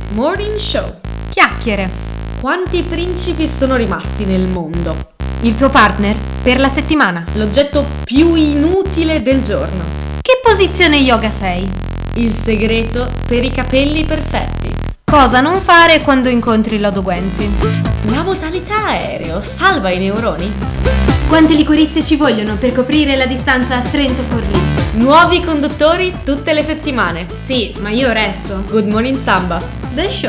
Morning Show. Chiacchiere. Quanti principi sono rimasti nel mondo? Il tuo partner per la settimana. L'oggetto più inutile del giorno. Che posizione yoga sei? Il segreto per i capelli perfetti. Cosa non fare quando incontri Lodo Guenzi? La modalità aereo salva i neuroni? Quante liquirizie ci vogliono per coprire la distanza Trento-Forlì? Nuovi conduttori tutte le settimane. Sì, ma io resto. Good Morning Samba. The Show.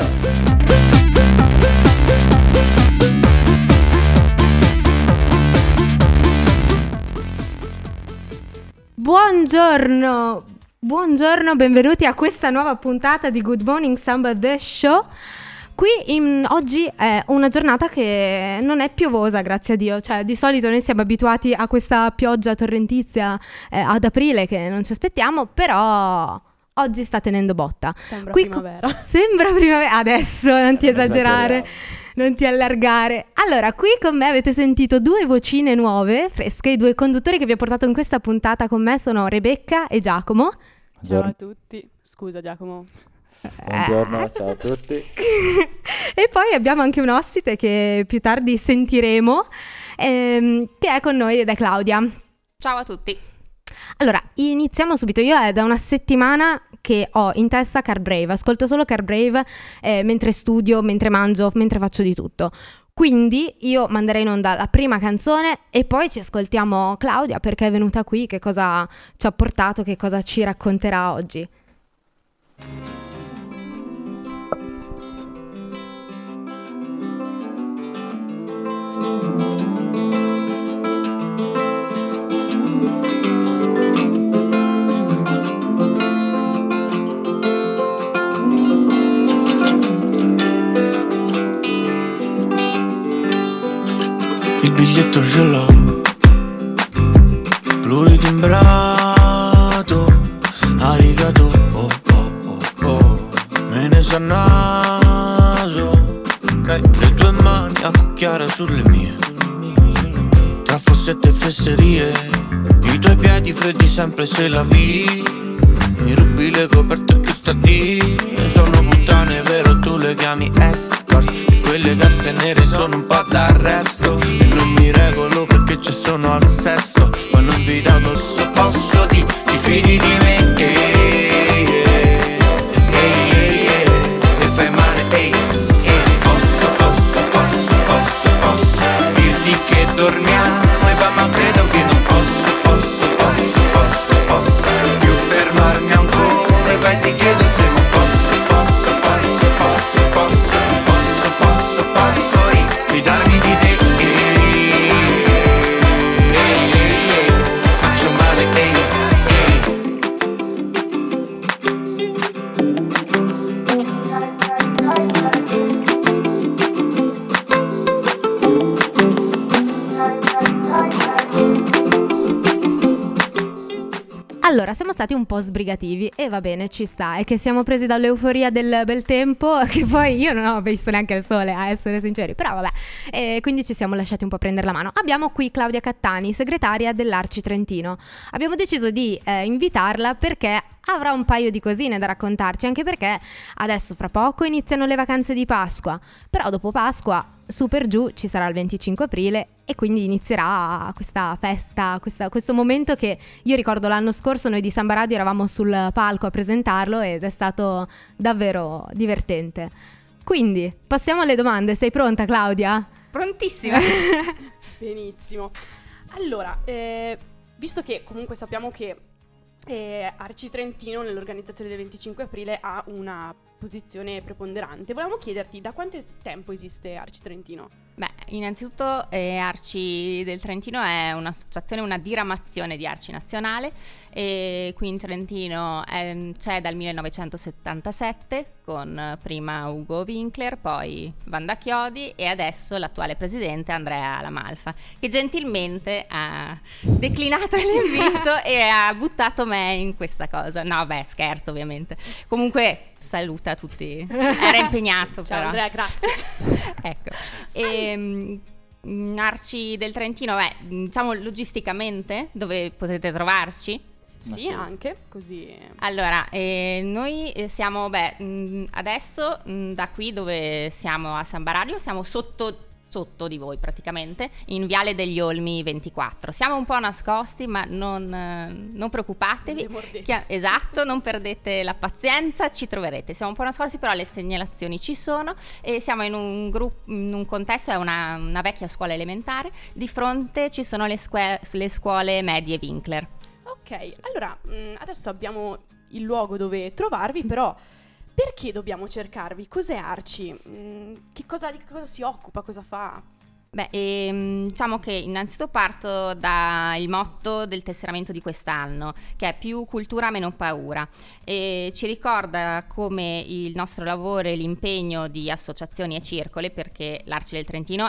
Buongiorno, benvenuti a questa nuova puntata di Good Morning Samba The Show. Oggi è una giornata che non è piovosa, grazie a Dio. Cioè, di solito noi siamo abituati a questa pioggia torrentizia ad aprile che non ci aspettiamo, però oggi sta tenendo botta. Sembra primavera. Sembra primavera. Adesso non ti esagerare, non ti allargare. Allora, qui con me avete sentito due vocine nuove, fresche. I due conduttori che vi ho portato in questa puntata con me sono Rebecca e Giacomo. Ciao a tutti. Scusa Giacomo. Buongiorno, ciao a tutti. E poi abbiamo anche un ospite che più tardi sentiremo, che è con noi ed è Claudia. Ciao a tutti. Allora, iniziamo subito. Io è da una settimana che ho in testa Car Brave, ascolto solo Car Brave mentre studio, mentre mangio, mentre faccio di tutto. Quindi io manderei in onda la prima canzone e poi ci ascoltiamo Claudia perché è venuta qui, che cosa ci ha portato, che cosa ci racconterà oggi. Il biglietto ce l'ho, pluritimbrato, arigato, oh oh oh oh, me ne sono nato, le tue mani a cucchiare sulle mie, tra fossette e fesserie, i tuoi piedi freddi sempre se la vi, mi rubi le coperte più stati, sono puttane vero tu le chiami escort, e quelle calze nere sono un po' d'arresto, e non mi regolo perché ci sono al sesto, quando ho invitato posso ti fidi di me, e fai male, posso dirti che dormiamo e va ma credo che non posso più fermarmi ancora e vai ti chiedo se non posso fidarmi di te, faccio male, Allora, siamo stati un po' sbrigativi e va bene, ci sta. È che siamo presi dall'euforia del bel tempo, che poi io non ho visto neanche il sole, a essere sinceri, però vabbè. E quindi ci siamo lasciati un po' prendere la mano. Abbiamo qui Claudia Cattani, segretaria dell'Arci Trentino. Abbiamo deciso di invitarla perché avrà un paio di cosine da raccontarci, anche perché adesso fra poco iniziano le vacanze di Pasqua, però dopo Pasqua su per giù ci sarà il 25 aprile e quindi inizierà questa festa, questo momento che io ricordo l'anno scorso noi di Samba Radio eravamo sul palco a presentarlo ed è stato davvero divertente. Quindi passiamo alle domande. Sei pronta, Claudia? Prontissima. Benissimo. Allora, visto che comunque sappiamo che Arci Trentino nell'organizzazione del 25 aprile ha una posizione preponderante, volevamo chiederti da quanto tempo esiste Arci Trentino? Beh, innanzitutto Arci del Trentino è un'associazione, una diramazione di Arci Nazionale, e qui in Trentino c'è dal 1977 con prima Ugo Winkler, poi Wanda Chiodi e adesso l'attuale presidente Andrea Lamalfa, che gentilmente ha declinato l'invito e ha buttato me in questa cosa. No, beh, scherzo ovviamente. Comunque saluta tutti, era impegnato. Ciao però. Andrea, grazie. Ecco. Arci del Trentino, diciamo logisticamente dove potete trovarci? Sì, anche così. Allora, noi siamo, adesso da qui dove siamo a San Baraglio, siamo sotto di voi praticamente, in Viale degli Olmi 24. Siamo un po' nascosti, ma non preoccupatevi. Esatto, non perdete la pazienza, ci troverete. Siamo un po' nascosti, però le segnalazioni ci sono e siamo in un contesto, è una vecchia scuola elementare. Di fronte ci sono le scuole medie Winkler. Ok, allora adesso abbiamo il luogo dove trovarvi, però perché dobbiamo cercarvi? Cos'è Arci? Di che cosa si occupa? Cosa fa? Diciamo che innanzitutto parto dal motto del tesseramento di quest'anno, che è più cultura meno paura, e ci ricorda come il nostro lavoro e l'impegno di associazioni e circoli, perché l'Arci del Trentino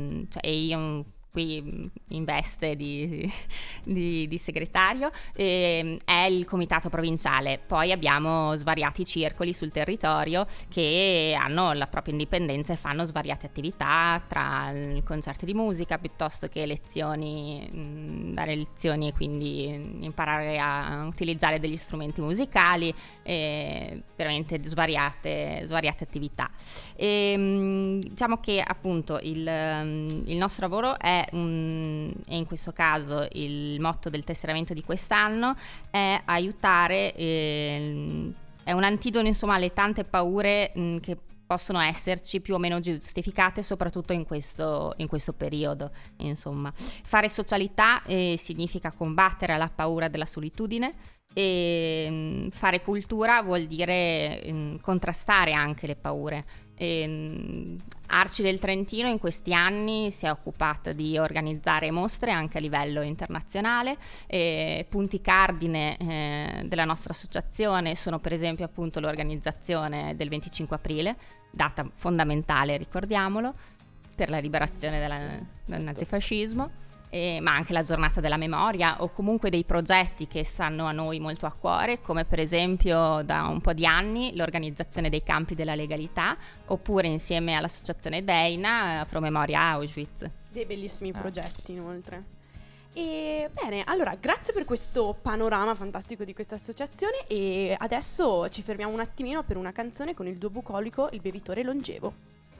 qui in veste di segretario, è il comitato provinciale. Poi abbiamo svariati circoli sul territorio che hanno la propria indipendenza e fanno svariate attività, tra concerti di musica piuttosto che dare lezioni e quindi imparare a utilizzare degli strumenti musicali, veramente svariate attività. Diciamo che appunto il nostro lavoro è in questo caso il motto del tesseramento di quest'anno è aiutare, è un antidoto insomma alle tante paure che possono esserci più o meno giustificate, soprattutto in questo periodo. Insomma, fare socialità significa combattere la paura della solitudine, e fare cultura vuol dire contrastare anche le paure. Arci del Trentino in questi anni si è occupata di organizzare mostre anche a livello internazionale. Punti cardine della nostra associazione sono per esempio appunto l'organizzazione del 25 aprile, data fondamentale, ricordiamolo, per la liberazione dal nazifascismo. Ma anche la giornata della memoria, o comunque dei progetti che stanno a noi molto a cuore, come per esempio da un po' di anni l'organizzazione dei campi della legalità, oppure insieme all'associazione Deina Promemoria Auschwitz. Dei bellissimi progetti inoltre. E bene, allora grazie per questo panorama fantastico di questa associazione, e adesso ci fermiamo un attimino per una canzone con il duo bucolico Il Bevitore Longevo.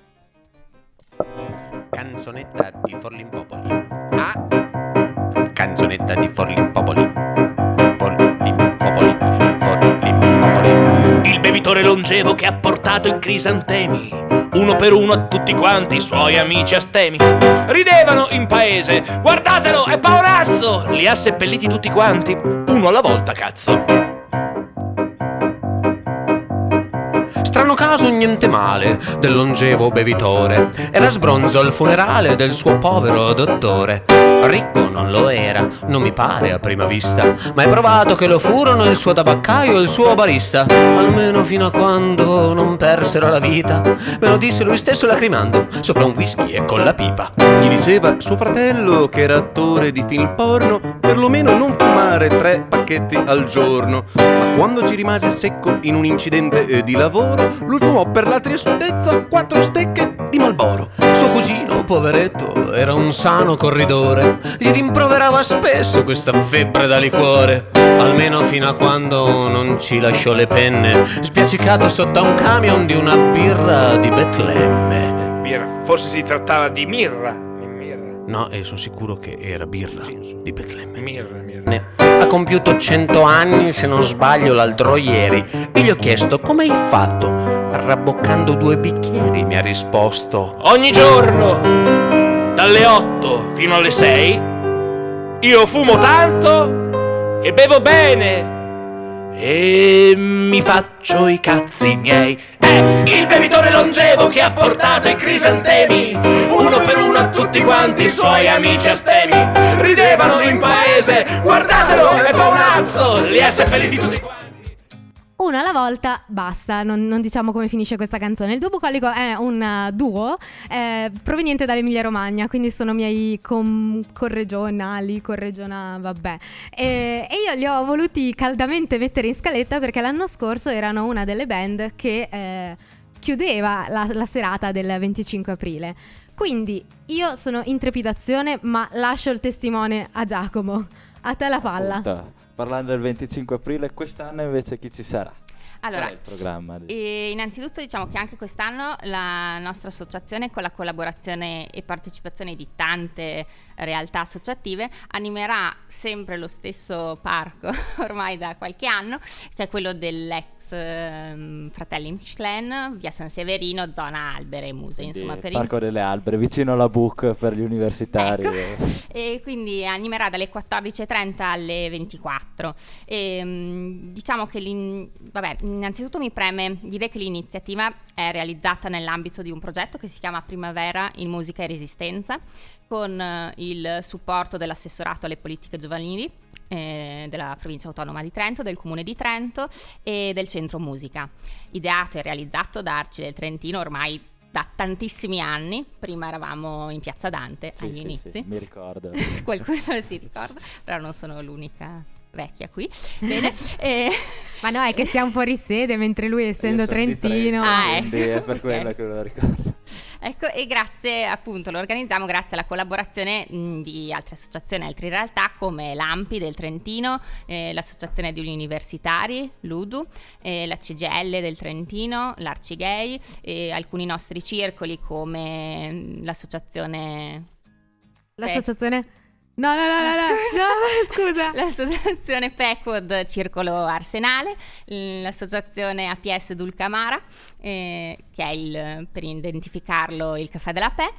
Canzonetta di Forlimpopoli. Canzonetta di Forlimpopoli. Il bevitore longevo che ha portato i crisantemi, uno per uno a tutti quanti i suoi amici astemi. Ridevano in paese, guardatelo, è paonazzo! Li ha seppelliti tutti quanti, uno alla volta, cazzo. Strano caso, niente male del longevo bevitore, era sbronzo al funerale del suo povero dottore. Ricco non lo era, non mi pare a prima vista, ma è provato che lo furono il suo tabaccaio e il suo barista, almeno fino a quando non persero la vita. Me lo disse lui stesso lacrimando sopra un whisky e con la pipa. Gli diceva suo fratello, che era attore di film porno, perlomeno non fumare 3 pacchetti al giorno. Ma quando ci rimase secco in un incidente di lavoro, lui fumò per la tristezza 4 stecche di Marlboro. Suo cugino, poveretto, era un sano corridore, gli rimproverava spesso questa febbre da liquore, almeno fino a quando non ci lasciò le penne, spiaccicato sotto a un camion di una birra di Betlemme. Forse si trattava di mirra. No, sono sicuro che era birra di Betlemme. Mirra. Ha compiuto 100 anni, se non sbaglio, l'altro ieri, e gli ho chiesto come hai fatto. Rabboccando 2 bicchieri mi ha risposto: ogni giorno dalle 8 fino alle 6 io fumo tanto e bevo bene e mi faccio i cazzi miei. È il bevitore longevo che ha portato i crisantemi, uno per uno a tutti quanti i suoi amici astemi. Ridevano in paese, guardatelo, è paonazzo, li ha seppelliti tutti quanti. Una alla volta, basta, non diciamo come finisce questa canzone. Il duo bucolico è un duo proveniente dall'Emilia Romagna, quindi sono miei corregionali, vabbè. E io li ho voluti caldamente mettere in scaletta perché l'anno scorso erano una delle band che chiudeva la serata del 25 aprile. Quindi io sono in trepidazione, ma lascio il testimone a Giacomo. A te la palla. parlando del 25 aprile, quest'anno invece chi ci sarà? Allora, qual è il programma? innanzitutto diciamo che anche quest'anno la nostra associazione, con la collaborazione e partecipazione di tante realtà associative, animerà sempre lo stesso parco ormai da qualche anno, che è quello dell'ex Fratelli Michelin, via San Severino, zona Albere e Muse. Quindi insomma, per Parco delle Albere, vicino alla BUC per gli universitari. Ecco. E quindi animerà dalle 14.30 alle 24. Diciamo che innanzitutto mi preme dire che l'iniziativa è realizzata nell'ambito di un progetto che si chiama Primavera in Musica e Resistenza, con il supporto dell'assessorato alle politiche giovanili della provincia autonoma di Trento, del comune di Trento e del centro musica, ideato e realizzato da Arci del Trentino ormai da tantissimi anni. Prima eravamo in Piazza Dante agli inizi. Sì, mi ricordo. Qualcuno si ricorda, però non sono l'unica vecchia qui. Bene. Ma no, è che siamo fuori sede, mentre lui, essendo trentino, quindi è per quello che lo ricordo. Ecco, e grazie, appunto, lo organizziamo grazie alla collaborazione di altre associazioni, altre realtà come l'AMPI del Trentino, l'associazione degli universitari, l'UDU, la CGL del Trentino, l'Arcigay, e alcuni nostri circoli come l'associazione... No, scusa. L'associazione PECOD Circolo Arsenale, l'associazione APS Dulcamara, che è per identificarlo il caffè della PE,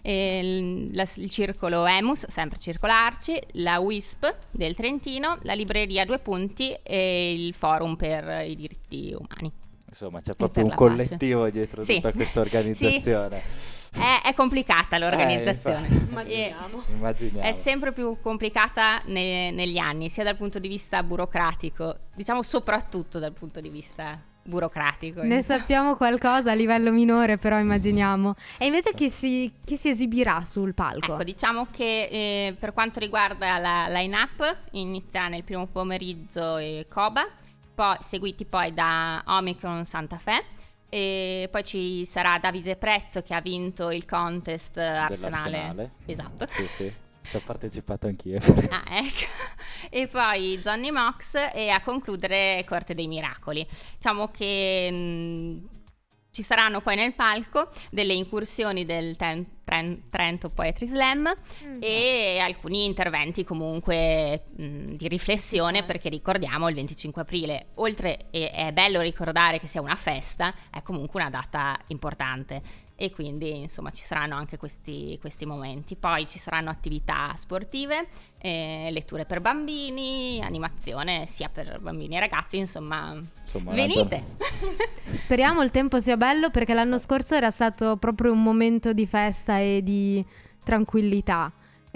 il circolo EMUS, sempre Circolo Arci, la WISP del Trentino, la libreria Due Punti e il Forum per i diritti umani. Insomma, c'è proprio un collettivo dietro tutta questa organizzazione. Sì. È complicata l'organizzazione. Immaginiamo. È sempre più complicata negli anni, sia dal punto di vista burocratico, diciamo soprattutto dal punto di vista burocratico. Ne sappiamo qualcosa a livello minore, però immaginiamo. E invece chi si esibirà sul palco? Ecco, diciamo che per quanto riguarda la line-up, inizia nel primo pomeriggio Coba, poi seguiti poi da Omicron Santa Fe. E poi ci sarà Davide Prezzo, che ha vinto il contest Arsenale. Esatto. Sì, ci ho partecipato anch'io. Ecco. E poi Johnny Mox, e a concludere Corte dei Miracoli. Diciamo che ci saranno poi nel palco delle incursioni del Trento Poetry Slam e alcuni interventi comunque di riflessione, perché ricordiamo il 25 aprile, oltre è bello ricordare che sia una festa, è comunque una data importante, e quindi insomma ci saranno anche questi momenti. Poi ci saranno attività sportive, letture per bambini, animazione sia per bambini e ragazzi, insomma venite. Speriamo il tempo sia bello, perché l'anno scorso era stato proprio un momento di festa e di tranquillità.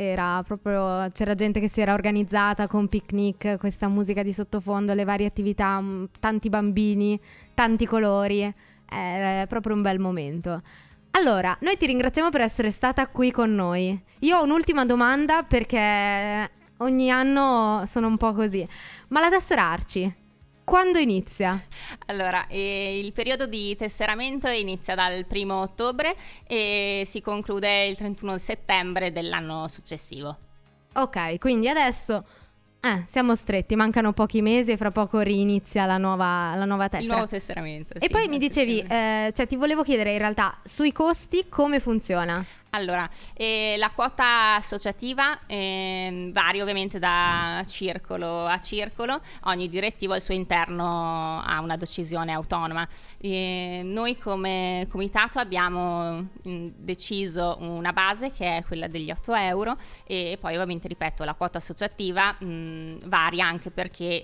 C'era gente che si era organizzata con picnic, questa musica di sottofondo, le varie attività, tanti bambini, tanti colori. È proprio un bel momento. Allora, noi ti ringraziamo per essere stata qui con noi. Io ho un'ultima domanda, perché ogni anno sono un po' così. Ma la tessera Arci, quando inizia? Allora, il periodo di tesseramento inizia dal 1° ottobre e si conclude il 31 settembre dell'anno successivo. Ok, quindi adesso siamo stretti, mancano pochi mesi e fra poco rinizia la nuova tessera. Il nuovo tesseramento. E poi mi dicevi, ti volevo chiedere in realtà sui costi come funziona? Allora, la quota associativa varia ovviamente da circolo a circolo, ogni direttivo al suo interno ha una decisione autonoma. Noi come comitato abbiamo deciso una base che è quella degli 8 euro, e poi ovviamente, ripeto, la quota associativa varia anche perché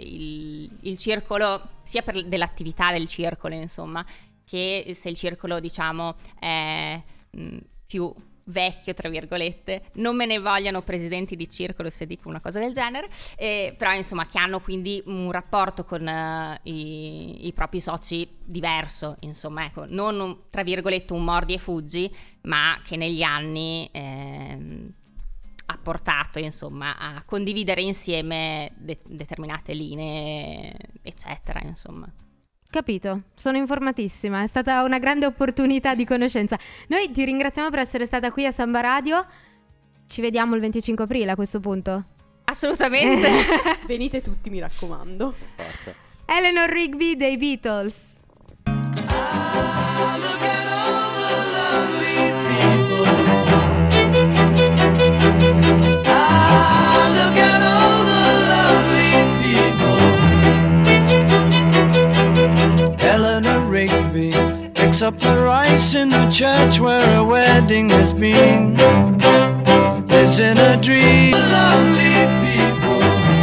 il circolo, sia per dell'attività del circolo, insomma, che se il circolo diciamo è più vecchio, tra virgolette, non me ne vogliano presidenti di circolo se dico una cosa del genere, però insomma che hanno quindi un rapporto con i propri soci diverso, insomma, ecco, non tra virgolette un mordi e fuggi, ma che negli anni ha portato insomma a condividere insieme determinate linee, eccetera, insomma. Capito, sono informatissima, è stata una grande opportunità di conoscenza. Noi ti ringraziamo per essere stata qui a Samba Radio. Ci vediamo il 25 aprile a questo punto. Assolutamente. Venite tutti, mi raccomando. Forza. Eleanor Rigby dei Beatles. Look at all the lonely people. Look at all the lonely people. Eleanor Rigby picks up the rice in the church where a wedding has been. Lives in a dream. Lonely people.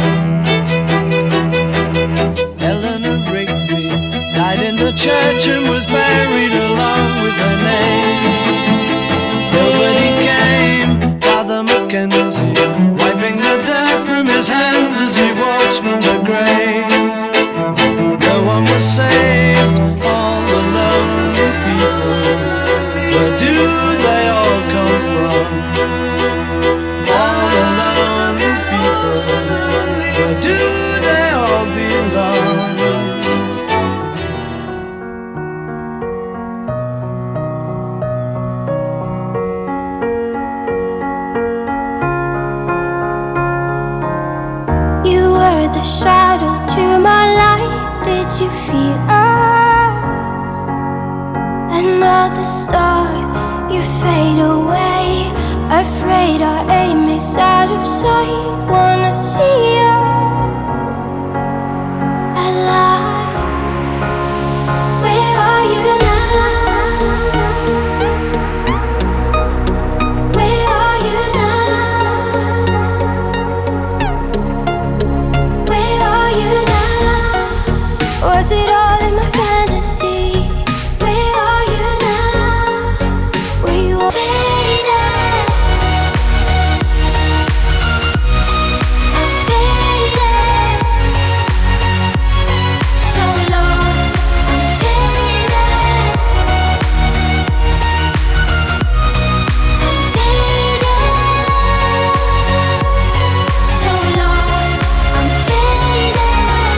Eleanor Rigby died in the church and was buried along with her name. Nobody came. Father Mackenzie wiping the dirt from his hands as he walks from the grave. No one was saved. All the lonely people. Where do they all come from? All the lonely people. Where do they all belong? You were the shadow to my light. Did you feel us? Another star, you fade away. Afraid our aim is out of sight. Wanna see us alive. Where are you now? Where are you now? Where are you now? Was it all in my fantasy? Where are you now? Were you faded? I'm faded. So lost, I'm faded. I'm faded. So lost, I'm faded.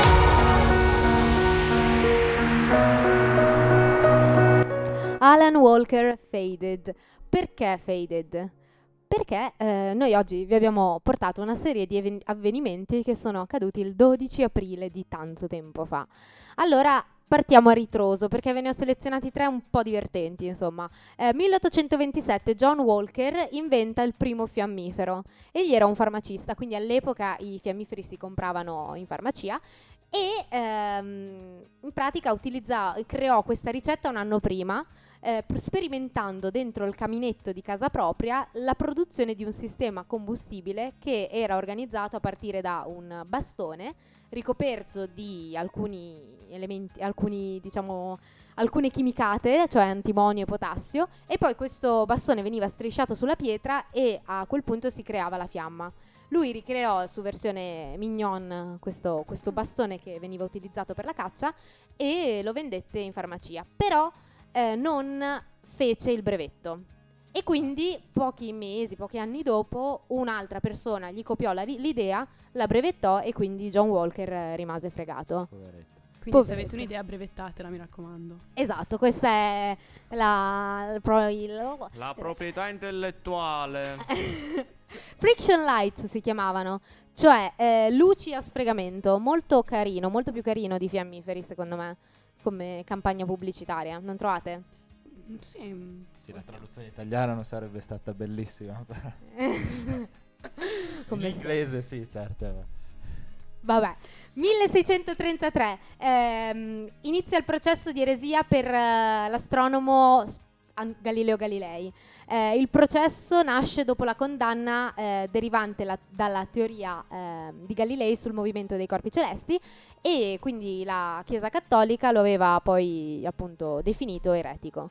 Alan Walker, Faded. Perché Faded? Perché noi oggi vi abbiamo portato una serie di avvenimenti che sono accaduti il 12 aprile di tanto tempo fa. Allora partiamo a ritroso perché ve ne ho selezionati 3 un po' divertenti, insomma. 1827 John Walker inventa il primo fiammifero. Egli era un farmacista, quindi all'epoca i fiammiferi si compravano in farmacia e in pratica creò questa ricetta un anno prima, sperimentando dentro il caminetto di casa propria la produzione di un sistema combustibile che era organizzato a partire da un bastone ricoperto di alcuni elementi, alcune chimicate, cioè antimonio e potassio, e poi questo bastone veniva strisciato sulla pietra e a quel punto si creava la fiamma. Lui ricreò su versione mignon questo bastone che veniva utilizzato per la caccia e lo vendette in farmacia, però non fece il brevetto. E quindi pochi anni dopo un'altra persona gli copiò l'idea, la brevettò e quindi John Walker rimase fregato. Quindi se avete un'idea brevettatela, mi raccomando. Esatto, questa è la proprietà intellettuale. Friction lights si chiamavano, cioè luci a sfregamento, molto carino, molto più carino di fiammiferi secondo me, come campagna pubblicitaria, non trovate? Sì, la traduzione italiana non sarebbe stata bellissima. In inglese sì, certo. Vabbè, 1633 inizia il processo di eresia per l'astronomo Galileo Galilei. Il processo nasce dopo la condanna derivante dalla teoria di Galilei sul movimento dei corpi celesti e quindi la Chiesa Cattolica lo aveva poi appunto definito eretico.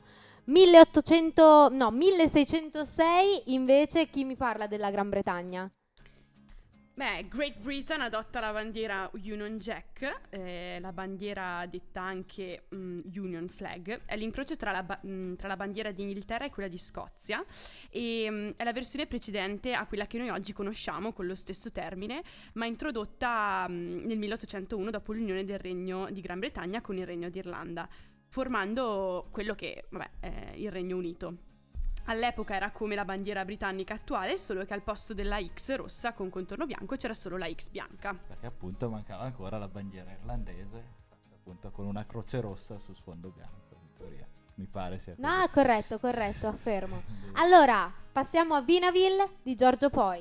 1606 invece chi mi parla della Gran Bretagna? Beh, Great Britain adotta la bandiera Union Jack, la bandiera detta anche Union Flag, è l'incrocio tra la bandiera di Inghilterra e quella di Scozia e è la versione precedente a quella che noi oggi conosciamo con lo stesso termine, ma introdotta nel 1801 dopo l'unione del Regno di Gran Bretagna con il Regno d'Irlanda, formando quello che è il Regno Unito. all'epoca era come la bandiera britannica attuale, solo che al posto della X rossa con contorno bianco c'era solo la X bianca. Perché appunto mancava ancora la bandiera irlandese, appunto con una croce rossa su sfondo bianco, in teoria. Mi pare sia così. No, corretto, affermo. Allora, passiamo a Vinaville di Giorgio Poi.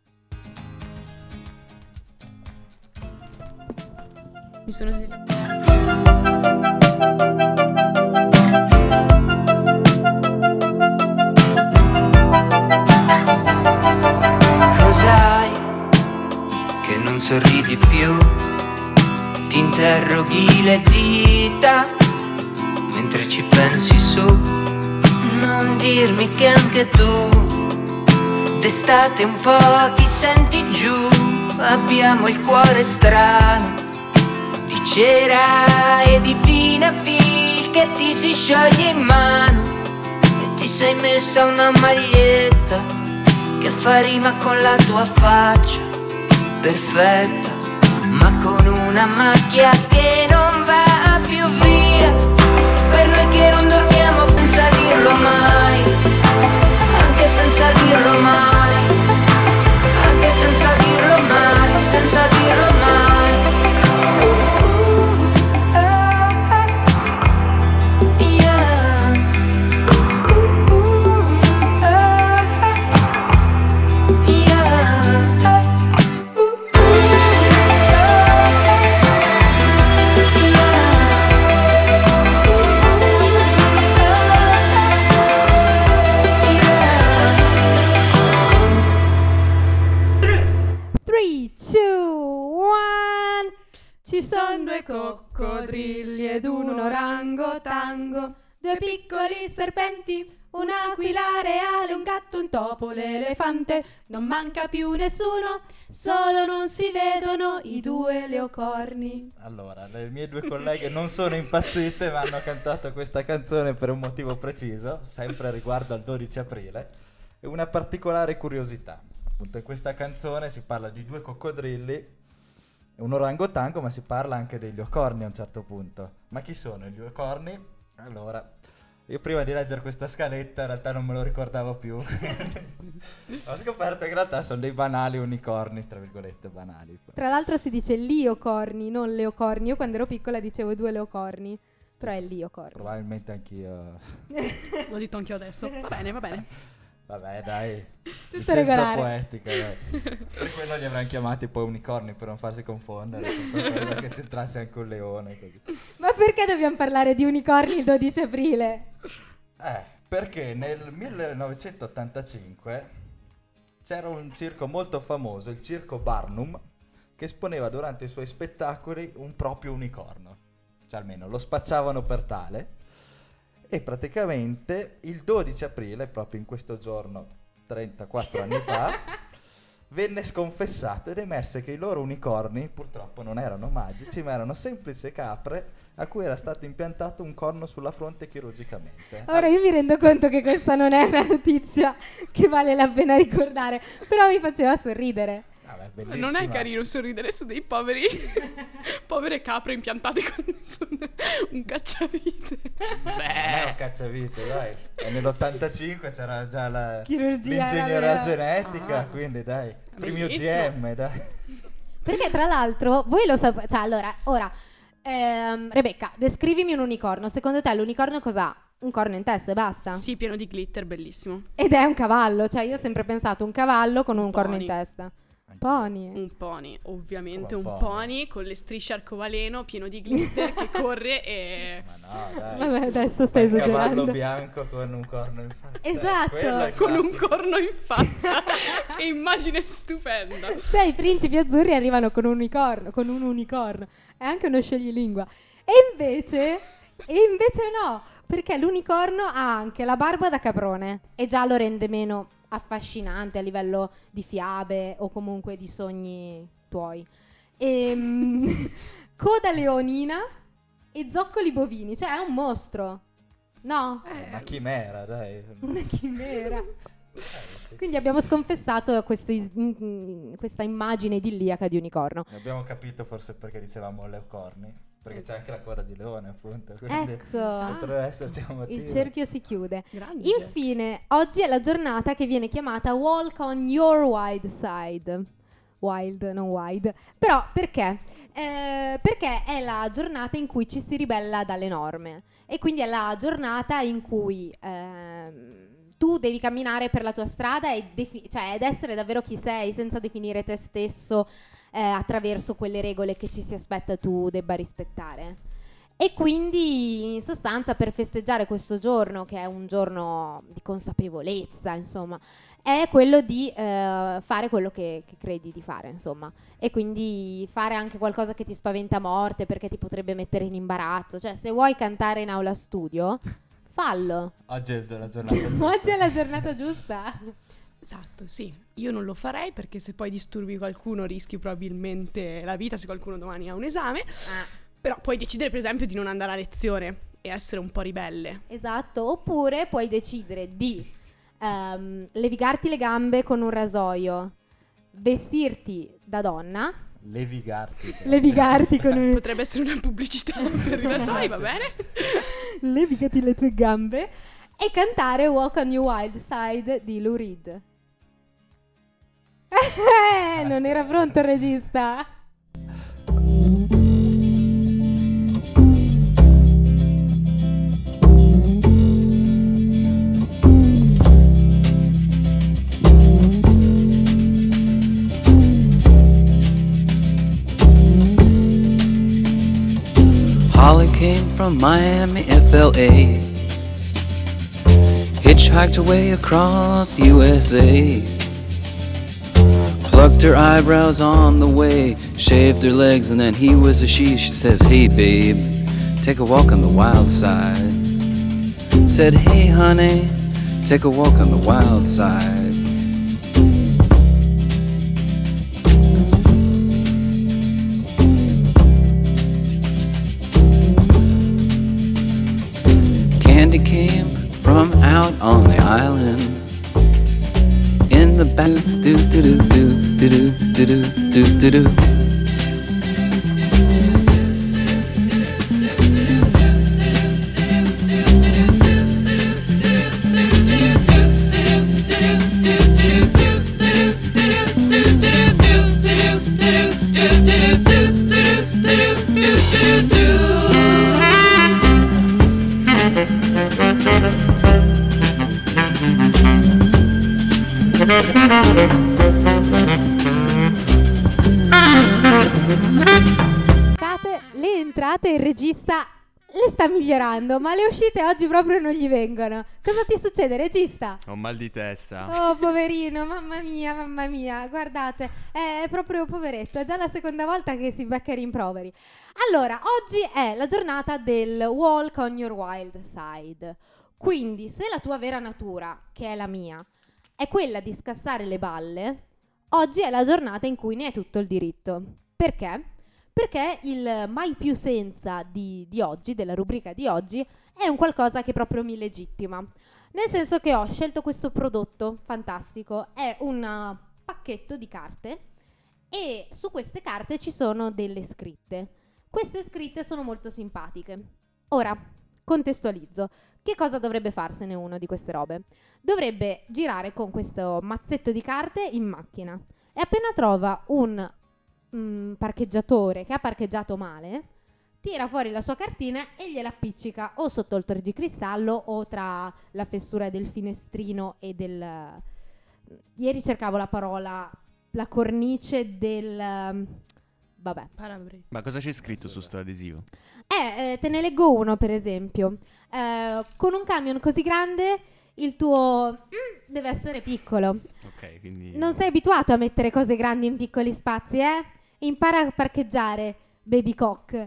Mi sono Cos'hai che non sorridi più? Ti interroghi le dita mentre ci pensi su. Non dirmi che anche tu d'estate un po' ti senti giù. Abbiamo il cuore strano di cera e di Vinaville che ti si scioglie in mano e ti sei messa una maglietta che fa rima con la tua faccia perfetta, ma con una macchia che non va più via. Per noi che non dormiamo senza dirlo mai, anche senza dirlo mai, anche senza dirlo mai, senza dirlo mai. Ci son due coccodrilli ed un orangotango, due piccoli serpenti, un aquilare ale, un gatto, un topo, l'elefante. Non manca più nessuno, solo non si vedono i due leocorni. Allora, le mie due colleghe non sono impazzite, ma hanno cantato questa canzone per un motivo preciso, sempre riguardo al 12 aprile, e una particolare curiosità. Appunto in questa canzone si parla di due coccodrilli, un orangotango, ma si parla anche dei leocorni a un certo punto. Ma chi sono i leocorni? Allora, io prima di leggere questa scaletta in realtà non me lo ricordavo più. Ho scoperto che in realtà sono dei banali unicorni, tra virgolette banali. Tra l'altro si dice liocorni, non leocorni. Io quando ero piccola dicevo due leocorni, però è liocorni. Probabilmente anch'io. L'ho detto anch'io adesso. Va bene, va bene. Vabbè, dai. Tutto regolare. Poetica, dai. Per quello li avranno chiamati poi unicorni, per non farsi confondere con qualcosa che c'entrasse anche un leone, così. Ma perché dobbiamo parlare di unicorni il 12 aprile? Perché nel 1985 c'era un circo molto famoso, il circo Barnum, che esponeva durante i suoi spettacoli un proprio unicorno. Cioè almeno lo spacciavano per tale. E praticamente il 12 aprile, proprio in questo giorno, 34 anni fa, venne sconfessato ed emerse che i loro unicorni purtroppo non erano magici, ma erano semplici capre a cui era stato impiantato un corno sulla fronte chirurgicamente. Ora io mi rendo conto che questa non è una notizia che vale la pena ricordare, però mi faceva sorridere. Non è carino sorridere su dei povere capre impiantate con un cacciavite. Non è un cacciavite, dai. E nell'85 c'era già l'ingegneria genetica, quindi dai, primi OGM, dai. Perché tra l'altro, voi lo sapete, cioè allora, ora, Rebecca, descrivimi un unicorno. Secondo te l'unicorno cos'ha? Un corno in testa e basta? Sì, pieno di glitter, bellissimo. Ed è un cavallo, cioè io ho sempre pensato un cavallo con un corno in testa. Pony. Un pony, ovviamente un pony con le strisce arcobaleno pieno di glitter che corre e... Ma no, dai. Vabbè, adesso stai esagerando. Un cavallo bianco con un corno in faccia. Esatto. Con un corno in faccia. Che immagine stupenda. Sai, i principi azzurri arrivano con un unicorno. È anche uno scioglilingua. E invece no, perché l'unicorno ha anche la barba da caprone e già lo rende meno affascinante a livello di fiabe o comunque di sogni tuoi. Coda leonina e zoccoli bovini, cioè è un mostro, no? Una chimera, dai. Una chimera. Quindi abbiamo sconfessato questa immagine idilliaca di unicorno. Abbiamo capito forse perché dicevamo leocorni. Perché c'è anche la coda di leone, appunto. Quindi Ecco, potrebbe esserci un motivo. il cerchio si chiude. Grande. Infine, oggi è la giornata che viene chiamata Walk on Your Wild Side. Wild, non wide. Però perché? Perché è la giornata in cui ci si ribella dalle norme. E quindi è la giornata in cui tu devi camminare per la tua strada ed essere davvero chi sei, senza definire te stesso attraverso quelle regole che ci si aspetta tu debba rispettare. E quindi in sostanza, per festeggiare questo giorno, che è un giorno di consapevolezza, insomma, è quello di fare quello che credi di fare, insomma, e quindi fare anche qualcosa che ti spaventa a morte perché ti potrebbe mettere in imbarazzo. Cioè, se vuoi cantare in aula studio, fallo. Oggi è la giornata giusta. Oggi è la giornata giusta. Esatto, sì. Io non lo farei perché se poi disturbi qualcuno rischi probabilmente la vita se qualcuno domani ha un esame. Però puoi decidere per esempio di non andare a lezione e essere un po' ribelle. Esatto, oppure puoi decidere di levigarti le gambe con un rasoio, vestirti da donna, levigarti con un... Potrebbe essere una pubblicità per i rasoi, va bene? Levigati le tue gambe e cantare Walk on Your Wild Side di Lou Reed. Non era pronto il regista. Holly came from Miami, FLA, hitchhiked away across USA, plucked her eyebrows on the way, shaved her legs, and then he was a she. She says, hey babe, take a walk on the wild side. Said, hey honey, take a walk on the wild side. Candy came from out on the island. In the back, do do do do do do do do do do. Le entrate il regista le sta migliorando, ma le uscite oggi proprio non gli vengono. Cosa ti succede, regista? Ho mal di testa. Oh, poverino, mamma mia, guardate, è proprio poveretto, è già la seconda volta che si becca i rimproveri. Allora, oggi è la giornata del Walk on Your Wild Side. Quindi, se la tua vera natura, che è la mia, è quella di scassare le balle, oggi è la giornata in cui ne hai tutto il diritto. Perché? Perché il mai più senza di oggi, della rubrica di oggi, è un qualcosa che proprio mi legittima. Nel senso che ho scelto questo prodotto fantastico, è un pacchetto di carte e su queste carte ci sono delle scritte. Queste scritte sono molto simpatiche. Ora, contestualizzo. Che cosa dovrebbe farsene uno di queste robe? Dovrebbe girare con questo mazzetto di carte in macchina e appena trova un parcheggiatore che ha parcheggiato male, tira fuori la sua cartina e gliela appiccica o sotto il tergicristallo o tra la fessura del finestrino e del... Ieri cercavo la parola, la cornice del... Vabbè. Ma cosa c'è scritto su sto adesivo? Te ne leggo uno, per esempio. Con un camion così grande il tuo deve essere piccolo. Ok, quindi... Non sei abituato a mettere cose grandi in piccoli spazi, Impara a parcheggiare, baby cock.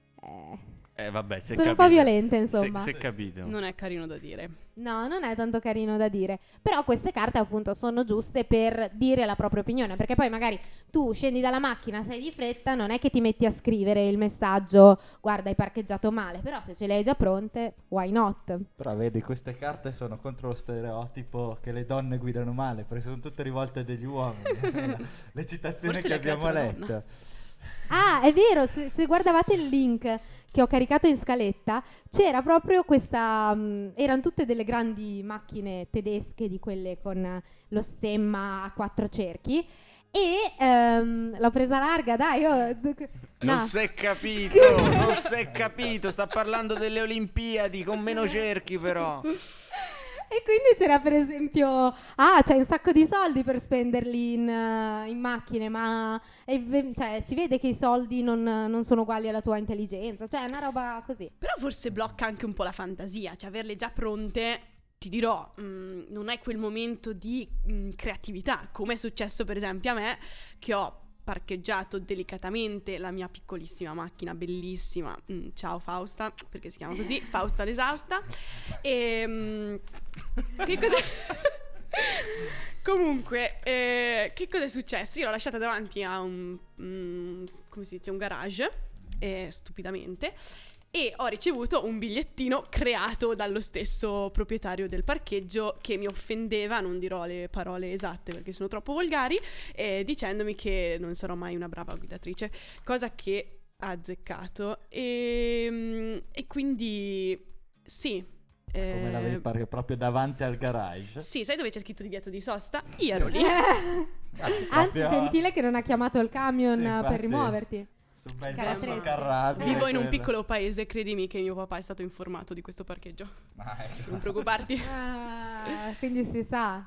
Vabbè, se sono un po' violente, insomma. Se capito. Non è carino da dire. No, non è tanto carino da dire. Però queste carte appunto sono giuste per dire la propria opinione, perché poi magari tu scendi dalla macchina, sei di fretta, non è che ti metti a scrivere il messaggio guarda hai parcheggiato male, però se ce le hai già pronte, why not? Però vedi, queste carte sono contro lo stereotipo che le donne guidano male, perché sono tutte rivolte degli uomini. Le citazioni Forse che abbiamo letto. Ah, è vero, se guardavate il link che ho caricato in scaletta, c'era proprio questa, erano tutte delle grandi macchine tedesche, di quelle con lo stemma a 4 cerchi, e l'ho presa larga, dai. Non si è capito, sta parlando delle Olimpiadi con meno cerchi però. E quindi c'era per esempio, c'hai un sacco di soldi per spenderli in macchine, ma cioè, si vede che i soldi non sono uguali alla tua intelligenza, cioè è una roba così. Però forse blocca anche un po' la fantasia, cioè averle già pronte, ti dirò, non è quel momento di creatività, come è successo per esempio a me, che ho parcheggiato delicatamente la mia piccolissima macchina bellissima, ciao Fausta, perché si chiama così, Fausta l'esausta, e che cosa... Comunque, che cosa è successo? Io l'ho lasciata davanti a un come si dice, un garage, stupidamente, e ho ricevuto un bigliettino creato dallo stesso proprietario del parcheggio che mi offendeva, non dirò le parole esatte perché sono troppo volgari, dicendomi che non sarò mai una brava guidatrice, cosa che ha azzeccato, e quindi sì. Come l'avevi proprio davanti al garage? Sì, sai dove c'è scritto divieto di sosta? Io ero lì. Anzi, gentile che non ha chiamato il camion per rimuoverti. Vivo in un piccolo paese, credimi che mio papà è stato informato di questo parcheggio. Non preoccuparti. Quindi si sa.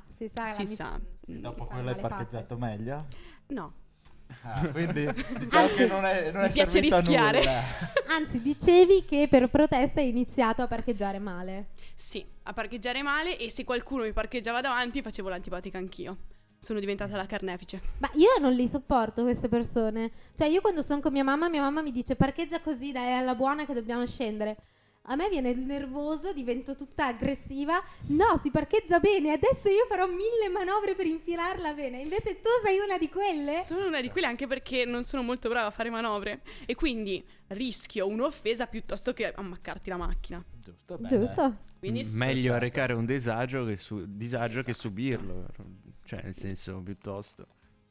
Dopo quello hai parcheggiato meglio? No. Quindi diciamo che non è mi piace rischiare. Anzi, dicevi che per protesta hai iniziato a parcheggiare male. Sì, a parcheggiare male, e se qualcuno mi parcheggiava davanti facevo l'antipatica anch'io. Sono diventata la carnefice. Ma io non li sopporto queste persone. Cioè io quando sono con mia mamma mi dice parcheggia così, dai, alla buona che dobbiamo scendere. A me viene il nervoso, divento tutta aggressiva. No, si parcheggia bene, adesso io farò 1000 manovre per infilarla bene. Invece tu sei una di quelle? Sono una di quelle, anche perché non sono molto brava a fare manovre, e quindi rischio un'offesa piuttosto che ammaccarti la macchina. Giusto. Quindi meglio arrecare un disagio che subirlo. Cioè, nel senso, piuttosto.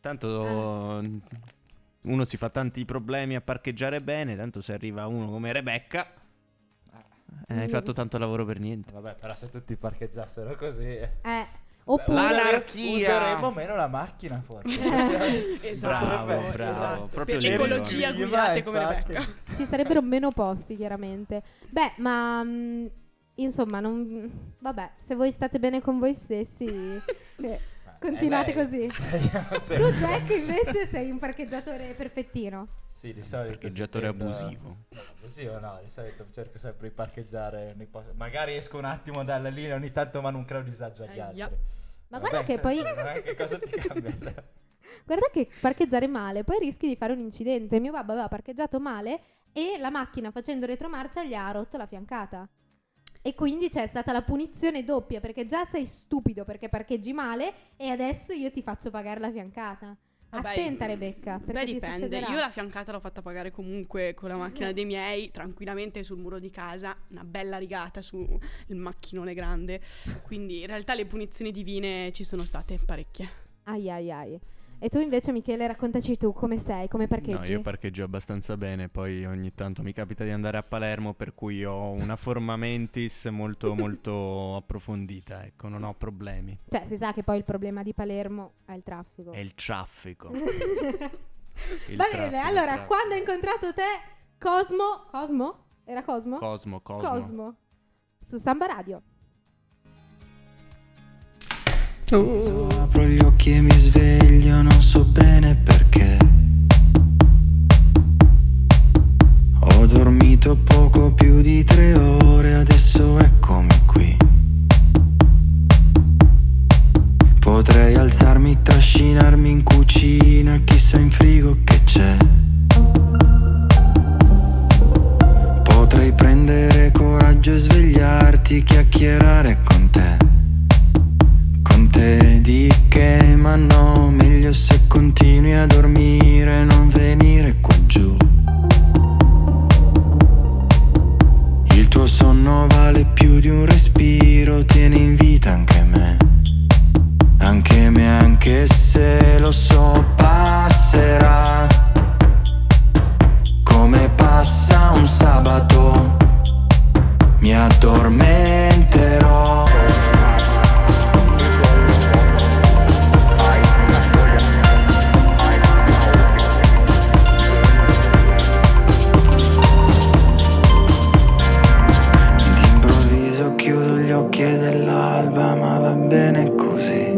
Tanto uno si fa tanti problemi a parcheggiare bene, tanto se arriva uno come Rebecca, hai fatto tanto lavoro per niente. Vabbè, però se tutti parcheggiassero così... Oppure l'anarchia, useremo meno la macchina forse. Esatto. Bravo. Proprio per l'ecologia guidate come Rebecca. Ci sarebbero meno posti, chiaramente. Beh, ma insomma, vabbè, se voi state bene con voi stessi, continuate così. Tu, Jack, invece sei un parcheggiatore perfettino. Sì, di solito parcheggiatore abusivo. Sì o no, di solito cerco sempre di parcheggiare magari esco un attimo dalla linea ogni tanto, ma non creo disagio agli altri. Ma guarda che poi che cosa ti cambia? Guarda che parcheggiare male poi rischi di fare un incidente. Mio babbo aveva parcheggiato male e la macchina, facendo retromarcia, gli ha rotto la fiancata. E quindi c'è stata la punizione doppia, perché già sei stupido perché parcheggi male e adesso io ti faccio pagare la fiancata. Attenta, Rebecca, perché dipende. succederà. Io la fiancata l'ho fatta pagare comunque con la macchina dei miei, tranquillamente sul muro di casa, una bella rigata sul macchinone grande. Quindi in realtà le punizioni divine ci sono state parecchie. Ai. E tu invece, Michele, raccontaci tu come sei, come parcheggi? No, io parcheggio abbastanza bene, poi ogni tanto mi capita di andare a Palermo, per cui ho una forma mentis molto molto approfondita, ecco, non ho problemi. Cioè, si sa che poi il problema di Palermo è il traffico. È il traffico. Va bene, allora, quando ho incontrato te, Cosmo? Era Cosmo? Cosmo. Su Samba Radio. Apro gli occhi e mi sveglio, non so bene perché. Ho dormito poco più di 3 ore, adesso eccomi qui. Potrei alzarmi, trascinarmi in cucina, chissà in frigo che c'è. Potrei prendere coraggio e svegliarti, chiacchierare con te. Di che, ma no, meglio se continui a dormire, non venire qua giù. Il tuo sonno vale più di un respiro, tieni in vita anche me, anche se lo so passerà. dell'alba, ma va bene così.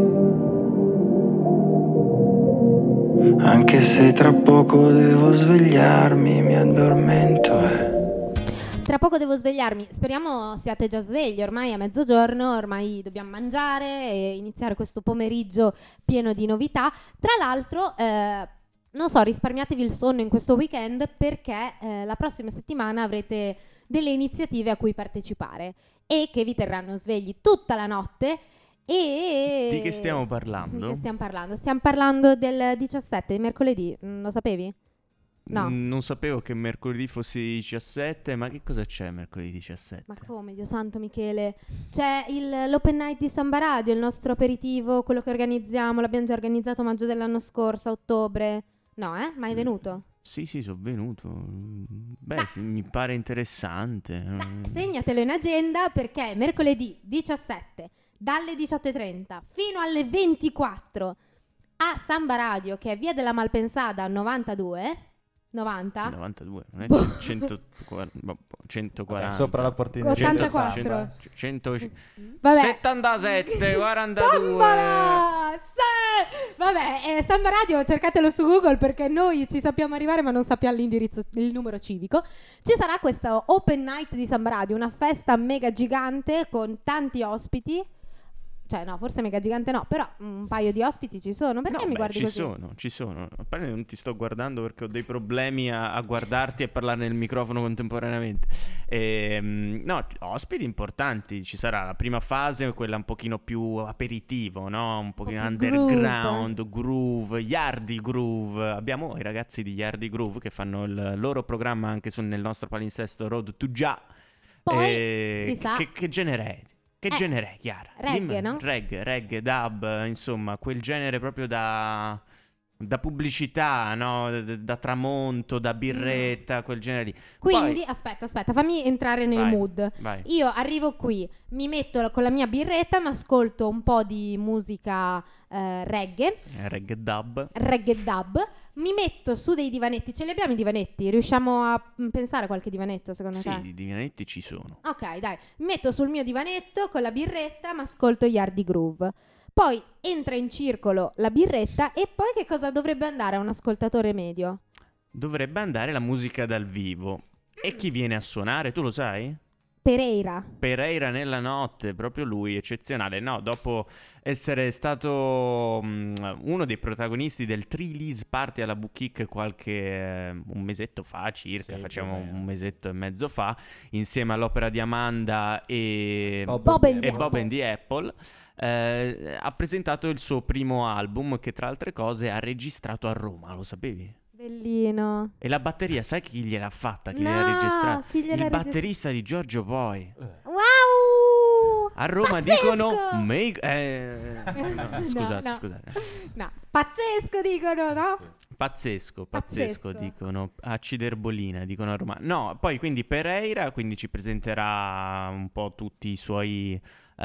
Anche se tra poco devo svegliarmi, mi addormento. Tra poco devo svegliarmi, speriamo siate già svegli, ormai è mezzogiorno, ormai dobbiamo mangiare e iniziare questo pomeriggio pieno di novità. Tra l'altro, non so, risparmiatevi il sonno in questo weekend perché la prossima settimana avrete delle iniziative a cui partecipare e che vi terranno svegli tutta la notte. E di che stiamo parlando? Di che stiamo parlando? Stiamo parlando del 17, mercoledì, lo sapevi? No. Non sapevo che mercoledì fosse 17, ma che cosa c'è mercoledì 17? Ma come, Dio santo Michele? C'è l'Open Night di Samba Radio, il nostro aperitivo, quello che organizziamo, l'abbiamo già organizzato a maggio dell'anno scorso, a ottobre. No, mai è venuto? Sì, sono venuto. Beh, mi pare interessante. Segnatelo in agenda perché mercoledì 17 dalle 18:30 fino alle 24 a Samba Radio, che è via della Malpensada 92. 92, non è 140. Sopra la portina. 84. 177, 42. Vabbè, Samba Radio, cercatelo su Google perché noi ci sappiamo arrivare ma non sappiamo l'indirizzo, il numero civico. Ci sarà questa Open Night di Samba Radio, una festa mega gigante con tanti ospiti. Cioè no, forse mega gigante no, però un paio di ospiti ci sono. Perché mi guardi così? Ci sono. A parte non ti sto guardando perché ho dei problemi a guardarti e parlare nel microfono contemporaneamente. No, ospiti importanti. Ci sarà la prima fase, quella un pochino più aperitivo, no? Un pochino underground, groove, Yardi Groove. Abbiamo i ragazzi di Yardi Groove che fanno il loro programma anche nel nostro palinsesto Road to Già. Poi si sa che genere è? Che genere è, Chiara? Reggae, no? Reggae, dub, insomma, quel genere proprio da pubblicità, no? Da tramonto, da birretta, quel genere lì. Quindi, aspetta, fammi entrare nel mood. Vai. Io arrivo qui, mi metto con la mia birretta, mi ascolto un po' di musica reggae. Reggae dub. Mi metto su dei divanetti. Ce li abbiamo i divanetti? Riusciamo a pensare a qualche divanetto secondo te? Sì, i divanetti ci sono. Ok, dai. Mi metto sul mio divanetto con la birretta, mi ascolto Yardi Groove. Poi entra in circolo la birretta e poi che cosa dovrebbe andare a un ascoltatore medio? Dovrebbe andare la musica dal vivo. E chi viene a suonare, tu lo sai? Pereira nella notte, proprio lui, eccezionale. No, dopo essere stato uno dei protagonisti del Tri-Lease Party alla Boutique un mesetto fa circa, facciamo un mesetto e mezzo fa, insieme all'opera di Amanda e Bob and the Apple, ha presentato il suo primo album che tra altre cose ha registrato a Roma, lo sapevi? Bellino. E la batteria, sai chi gliel'ha fatta? Chi gliel'ha registrata? Il batterista di Giorgio Poi. Wow! A Roma dicono scusate. No, pazzesco dicono, no? Pazzesco dicono a Ciderbolina, dicono a Roma. No, poi quindi Pereira ci presenterà un po' tutti i suoi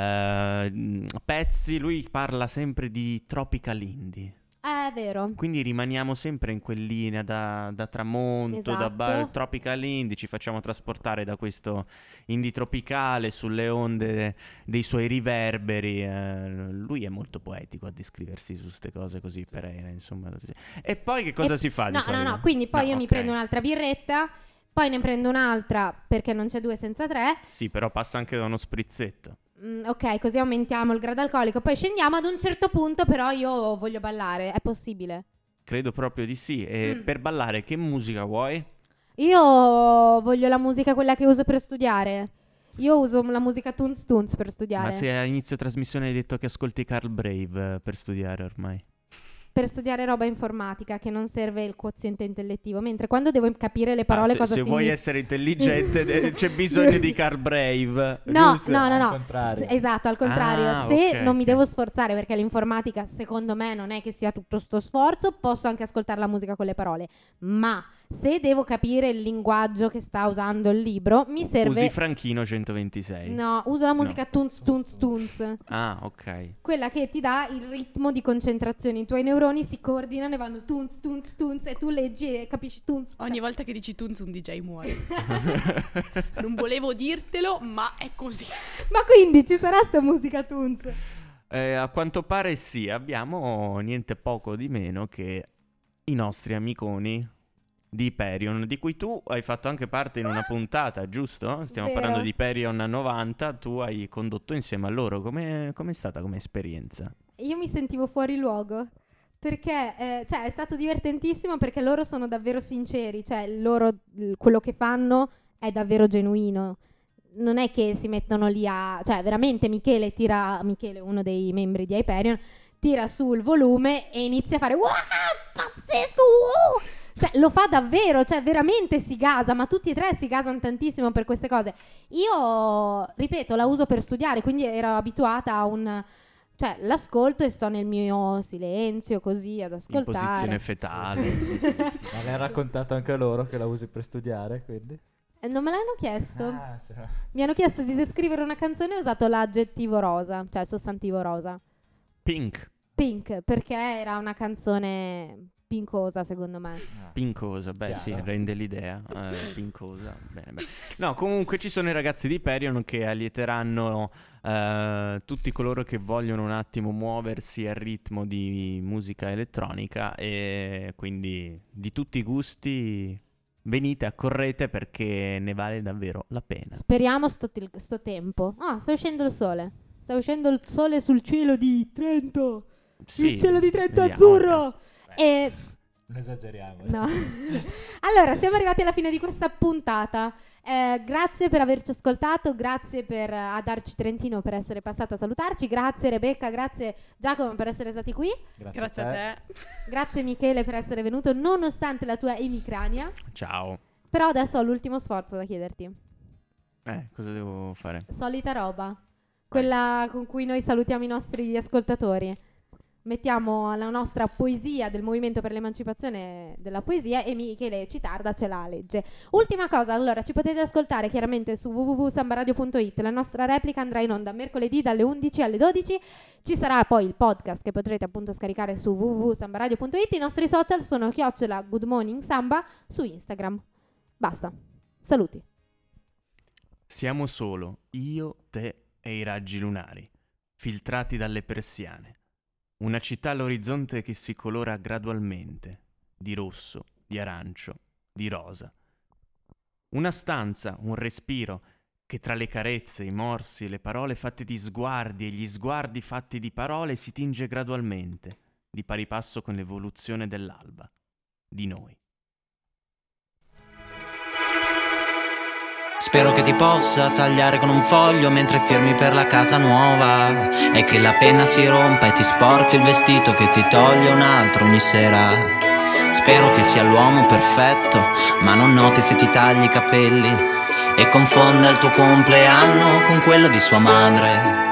pezzi. Lui parla sempre di tropical indie. È vero. Quindi rimaniamo sempre in quell'linea da tramonto, esatto. da tropical indie, ci facciamo trasportare da questo indie tropicale sulle onde dei suoi riverberi. Lui è molto poetico a descriversi su queste cose così, Pereira, insomma. E poi che cosa si fa di solito? No, quindi poi io mi prendo un'altra birretta, poi ne prendo un'altra perché non c'è 2 senza 3. Sì, però passa anche da uno sprizzetto. Ok, così aumentiamo il grado alcolico. Poi scendiamo ad un certo punto, però io voglio ballare. È possibile? Credo proprio di sì. E per ballare che musica vuoi? Io voglio la musica quella che uso per studiare. Io uso la musica Tunes Tunes per studiare. Ma se a inizio trasmissione hai detto che ascolti Carl Brave per studiare ormai? Per studiare roba informatica che non serve il quoziente intellettivo, mentre quando devo capire le parole cosa se vuoi essere intelligente c'è bisogno di Carl Brave. No, giusto? no. Al contrario. Esatto, al contrario. Se non mi devo sforzare, perché l'informatica secondo me non è che sia tutto sto sforzo, posso anche ascoltare la musica con le parole, ma se devo capire il linguaggio che sta usando il libro, mi serve... Usi Franchino 126? No, uso la musica tunz tunz tunz. Ah, ok. Quella che ti dà il ritmo di concentrazione. I tuoi neuroni si coordinano e vanno tunz tunz tunz e tu leggi e capisci tunz. Ogni volta che dici tunz un DJ muore. Non volevo dirtelo, ma è così. Ma quindi ci sarà sta musica tunz? A quanto pare sì, abbiamo niente poco di meno che i nostri amiconi di Hyperion, di cui tu hai fatto anche parte in una puntata, giusto? Stiamo Vero. parlando di Hyperion 90, tu hai condotto insieme a loro. Com'è stata come esperienza? Io mi sentivo fuori luogo perché cioè è stato divertentissimo perché loro sono davvero sinceri, cioè quello che fanno è davvero genuino. Non è che si mettono lì cioè veramente Michele, uno dei membri di Hyperion, tira sul volume e inizia a fare wow, pazzesco, wow! Cioè lo fa davvero, cioè veramente si gasa, ma tutti e tre si gasano tantissimo per queste cose. Io, ripeto, la uso per studiare, quindi ero abituata a cioè l'ascolto e sto nel mio silenzio così ad ascoltare. In posizione fetale. Ma mi hai raccontato anche loro che la usi per studiare, quindi? Non me l'hanno chiesto. Sì. Mi hanno chiesto di descrivere una canzone e ho usato l'aggettivo rosa, cioè il sostantivo rosa. Pink, perché era una canzone pincosa, secondo me. pincosa, beh Chiaro. sì, rende l'idea. Pincosa, bene. No, comunque ci sono i ragazzi di Hyperion che allieteranno tutti coloro che vogliono un attimo muoversi al ritmo di musica elettronica, e quindi di tutti i gusti venite, accorrete, perché ne vale davvero la pena. Speriamo sto tempo. Sta uscendo il sole. Sta uscendo il sole sul cielo di Trento. Sì, il cielo di Trento è vediamo. azzurro. E Non esageriamo. no. Allora, siamo arrivati alla fine di questa puntata. Grazie per averci ascoltato, grazie ad Arci Trentino per essere passato a salutarci, grazie Rebecca, grazie Giacomo per essere stati qui, Grazie a te. grazie Michele per essere venuto nonostante la tua emicrania. Ciao. Però adesso ho l'ultimo sforzo da chiederti. Cosa devo fare? Solita roba, quella con cui noi salutiamo i nostri ascoltatori. Mettiamo la nostra poesia del Movimento per l'Emancipazione della Poesia e Michele Citarda ce la legge. Ultima cosa, allora ci potete ascoltare chiaramente su www.sambaradio.it. La nostra replica andrà in onda mercoledì dalle 11 alle 12. Ci sarà poi il podcast che potrete appunto scaricare su www.sambaradio.it. I nostri social sono @goodmorningsamba su Instagram. Basta. Saluti. Siamo solo io, te e i raggi lunari, filtrati dalle persiane. Una città all'orizzonte che si colora gradualmente, di rosso, di arancio, di rosa. Una stanza, un respiro, che tra le carezze, i morsi e le parole fatte di sguardi e gli sguardi fatti di parole si tinge gradualmente, di pari passo con l'evoluzione dell'alba, di noi. Spero che ti possa tagliare con un foglio mentre firmi per la casa nuova, e che la penna si rompa e ti sporchi il vestito che ti toglie un altro ogni sera. Spero che sia l'uomo perfetto, ma non noti se ti tagli i capelli e confonda il tuo compleanno con quello di sua madre.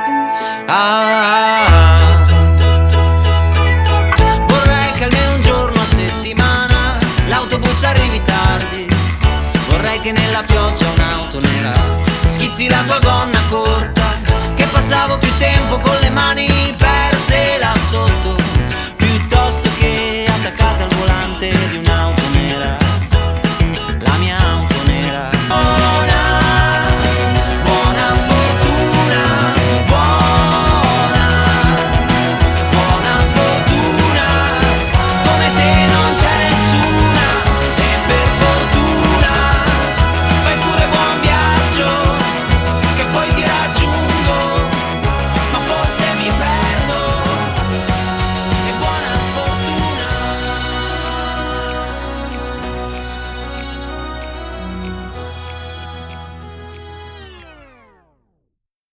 Vorrei che almeno un giorno a settimana l'autobus arrivi tardi. Vorrei che nella pioggia un'auto nera schizzi la tua gonna corta, che passavo più tempo con le mani